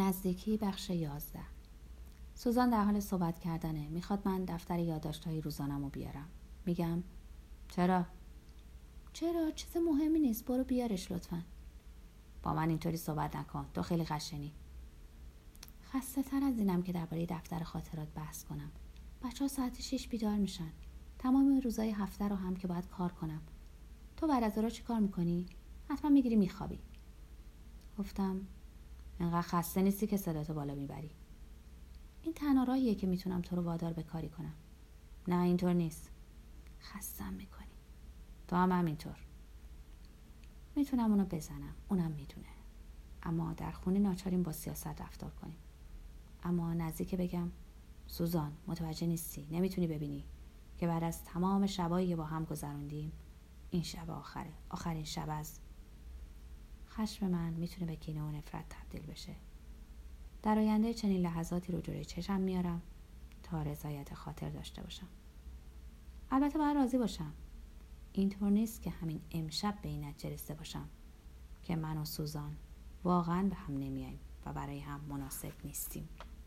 نزدیکی بخش 11. سوزان در حال صحبت کردنه. میخواد من دفتر یادداشت‌های روزانه‌مو بیارم. میگم چرا؟ چیز مهمی نیست، برو بیارش لطفاً. با من اینطوری صحبت نکن، تو خیلی خشنی. خسته تر از اینم که درباره دفتر خاطرات بحث کنم. بچه‌ها ساعت 6 بیدار میشن. تمام روزهای هفته رو هم که باید کار کنم. تو بعد از ظهر چی کار میکنی؟ حتما میگیری میخوابی. گفتم انقدر خسته نیستی که صداتو بالا میبری. این تنها راهیه که میتونم تو رو وادار به کاری کنم. نه اینطور نیست. خستم میکنی. تو هم همینطور. میتونم اونو بزنم، اونم میدونه. اما در خونه ناچاریم با سیاست رفتار کنیم. اما نزدیک بگم سوزان متوجه نیستی، نمیتونی ببینی که بعد از تمام شبایی که با هم گذروندیم این شب آخرین شب از خشم من میتونه به کینه و نفرت تبدیل بشه. در آینده چنین لحظاتی رو جلوی چشم میارم تا رضایت خاطر داشته باشم. البته باید راضی باشم. اینطور نیست که همین امشب به این نتیجه رسیده باشم که من و سوزان واقعا به هم نمیاییم و برای هم مناسب نیستیم.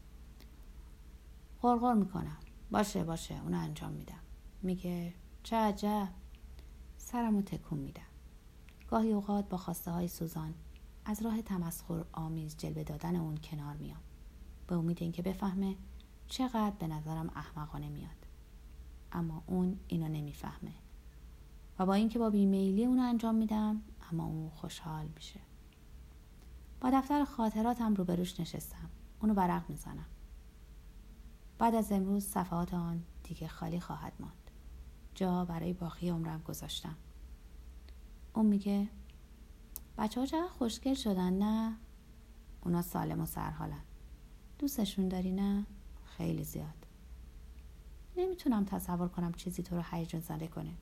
غرغر میکنم. باشه اونو انجام میدم. میگه چه عجب. سرمو تکون میدم. گاهی اوقات با خواسته های سوزان از راه تمسخر آمیز جلوه دادن اون کنار میام، به امید اینکه بفهمه چقدر به نظرم احمقانه میاد. اما اون اینو نمیفهمه و با اینکه با بیمیلی اونو انجام میدم اما اون خوشحال میشه. با دفتر خاطراتم روبروش نشستم. اونو ورق میزنم. بعد از امروز صفحات آن دیگه خالی خواهد ماند. جا برای باقی عمرم گذاشتم. اون میگه بچه‌ها چقدر خوشگل شدن نه؟ اونا سالم و سرحالن. دوستشون داری نه؟ خیلی زیاد. نمیتونم تصور کنم چیزی تو رو هیجان زده کنه.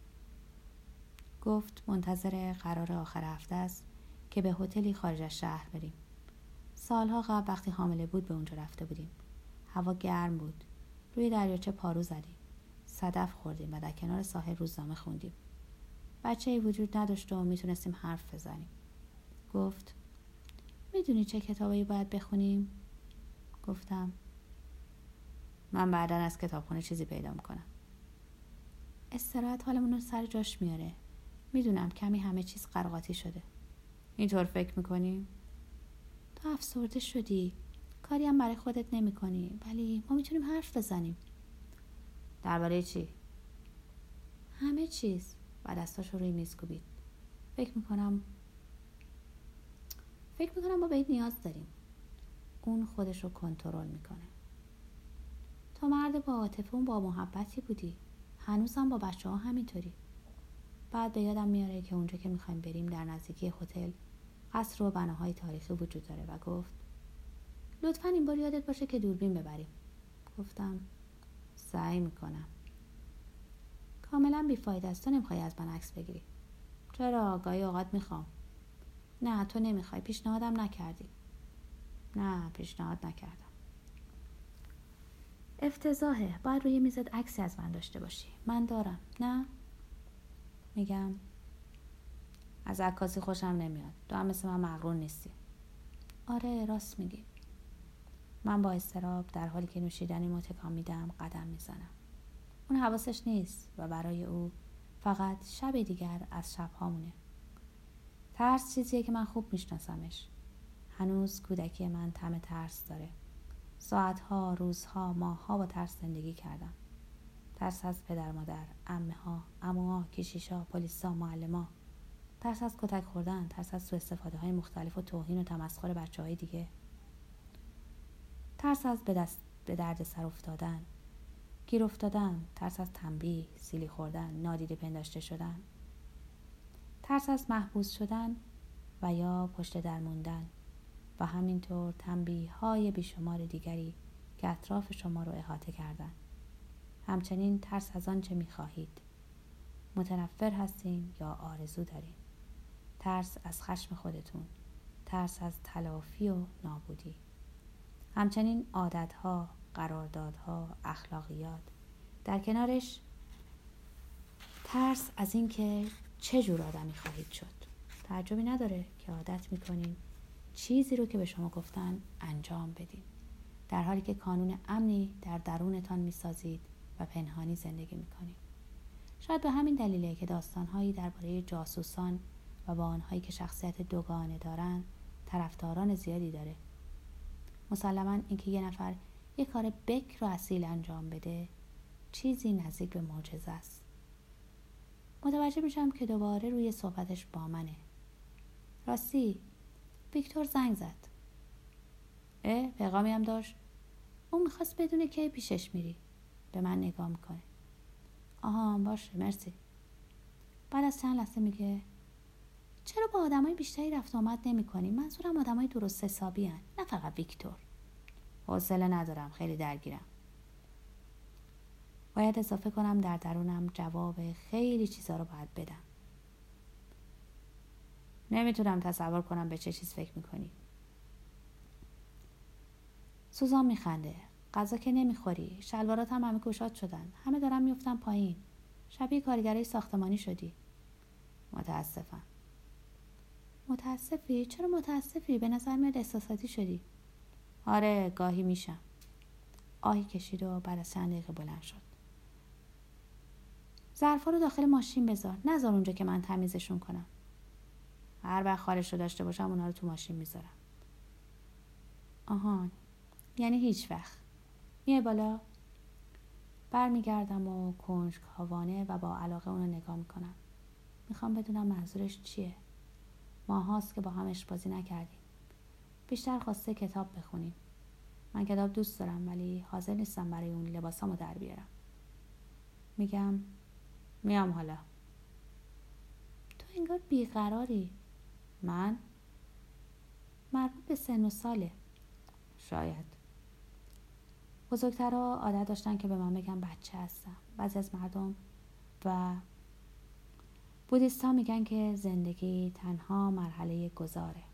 گفت منتظر قرار آخر هفته است که به هتلی خارج از شهر بریم. سالها قبل وقتی حامله بود به اونجا رفته بودیم. هوا گرم بود. روی دریاچه پارو زدیم. صدف خوردیم و در کنار ساحل روزنامه خوندیم. بچه‌ای وجود نداشت و میتونستیم حرف بزنیم. گفت میدونی چه کتابایی باید بخونیم؟ گفتم من بعداً از کتابخونه چیزی پیدا میکنم. استراحت حالمون رو سر جاش میاره. میدونم کمی همه چیز قرقاتی شده. اینطور فکر میکنی؟ تو افسرده شدی. کاری هم برای خودت نمی کنی. ولی ما میتونیم حرف بزنیم. درباره چی؟ همه چیز. و دستاشو روی میز کوبید. فکر میکنم ما به این نیاز داریم. اون خودشو کنترل میکنه. تو مرد با عاطفه و با محبتی بودی. هنوزم با بچه‌ها همینطوری. بعد به یادم میاره که اونجا که میخوایم بریم در نزدیکی هتل قصر و بناهای تاریخی وجود داره و گفت لطفاً این بار یادت باشه که دوربین ببریم. گفتم سعی میکنم. کاملا بیفایده است. تو نمیخوای از من عکس بگیری. چرا؟ گاهی اوقات میخوام. نه تو نمیخوای. پیشنهادم نکردی. نه پیشنهاد نکردم. افتضاحه. باید روی میزت عکسی از من داشته باشی. من دارم. نه؟ میگم از عکاسی خوشم نمیاد. تو هم مثل من مغرور نیستی. آره راست میگی. من با اضطراب در حالی که نوشیدنیمو تکان میدم قدم میزنم. اون حواسش نیست و برای او فقط شب دیگر از شبهامونه. ترس چیزیه که من خوب میشناسمش. هنوز کودکی من طعم ترس داره. ساعتها، روزها، ماهها با ترس زندگی کردم. ترس از پدر مادر، عمه‌ها، عموها، کشیشا، پلیسا، معلما. ترس از کتک خوردن، ترس از سوء استفاده های مختلف و توهین و تمسخر بچه‌های دیگه. ترس از به درد سر افتادن، گیر افتادن، ترس از تنبیه، سیلی خوردن، نادیده پنداشته شدن. ترس از محبوس شدن و یا پشت در موندن و همینطور تنبیه‌های بیشمار دیگری که اطراف شما رو احاطه کردن. همچنین ترس از آن چه می‌خواهید. متنفر هستین یا آرزو دارین. ترس از خشم خودتون. ترس از تلافی و نابودی. همچنین عادت‌ها، قراردادها، اخلاقیات. در کنارش ترس از این که چه جور آدمی خواهید شد. تعجبی نداره که عادت میکنین چیزی رو که به شما گفتن انجام بدین، در حالی که کانون امنی در درونتان میسازید و پنهانی زندگی میکنید. شاید به همین دلیله که داستانهایی درباره جاسوسان و با آنهایی که شخصیت دوگانه دارن طرفداران زیادی داره. مسلماً اینکه یه نفر یه کار بکر و اصیل انجام بده چیزی نزدیک به معجزه است. متوجه میشم که دوباره روی صحبتش با منه. راستی ویکتور زنگ زد. پیغامی هم داشت؟ اون میخواست بدونه کی پیشش میری. به من نگاه میکنه. آها باشه مرسی. بعد از چند لحظه میگه چرا با آدمای بیشتری رفت آمد نمی کنی؟ منظورم آدمای درست حسابی هن. نه فقط ویکتور. حوصله ندارم، خیلی درگیرم. باید اضافه کنم در درونم جواب خیلی چیزا رو باید بدم. نمیتونم تصور کنم به چه چیز فکر میکنی. سوزان میخنده. غذا که نمیخوری، شلوارات هم همه گشاد شدن، همه دارن میفتن پایین. شبیه کارگرای ساختمانی شدی. متاسفم. متاسفی؟ چرا متاسفی؟ به نظر میاد احساساتی شدی. آره گاهی میشم. آهی کشید و بعد از چند دقیقه بلند شد. ظرفا رو داخل ماشین بذار، نذار اونجا که من تمیزشون کنم. هر وقت خارش رو داشته باشم اونا رو تو ماشین میذارم. آهان، یعنی هیچ وقت. میای بالا؟ برمیگردم و کنجکاوانه و با علاقه اونو نگاه میکنم. میخوام بدونم منظورش چیه. ماهاست که با هم اشبازی نکردیم. بیشتر خواسته کتاب بخونیم. من کتاب دوست دارم ولی حاضر نیستم برای اون لباسامو در بیارم. میگم میام حالا. تو انگار بیقراری. من؟ مربوط به سن و ساله. شاید. بزرگترها عادت داشتن که به من بگن بچه هستم. بعضی از مردم و بودیست ها میگن که زندگی تنها مرحله گذاره.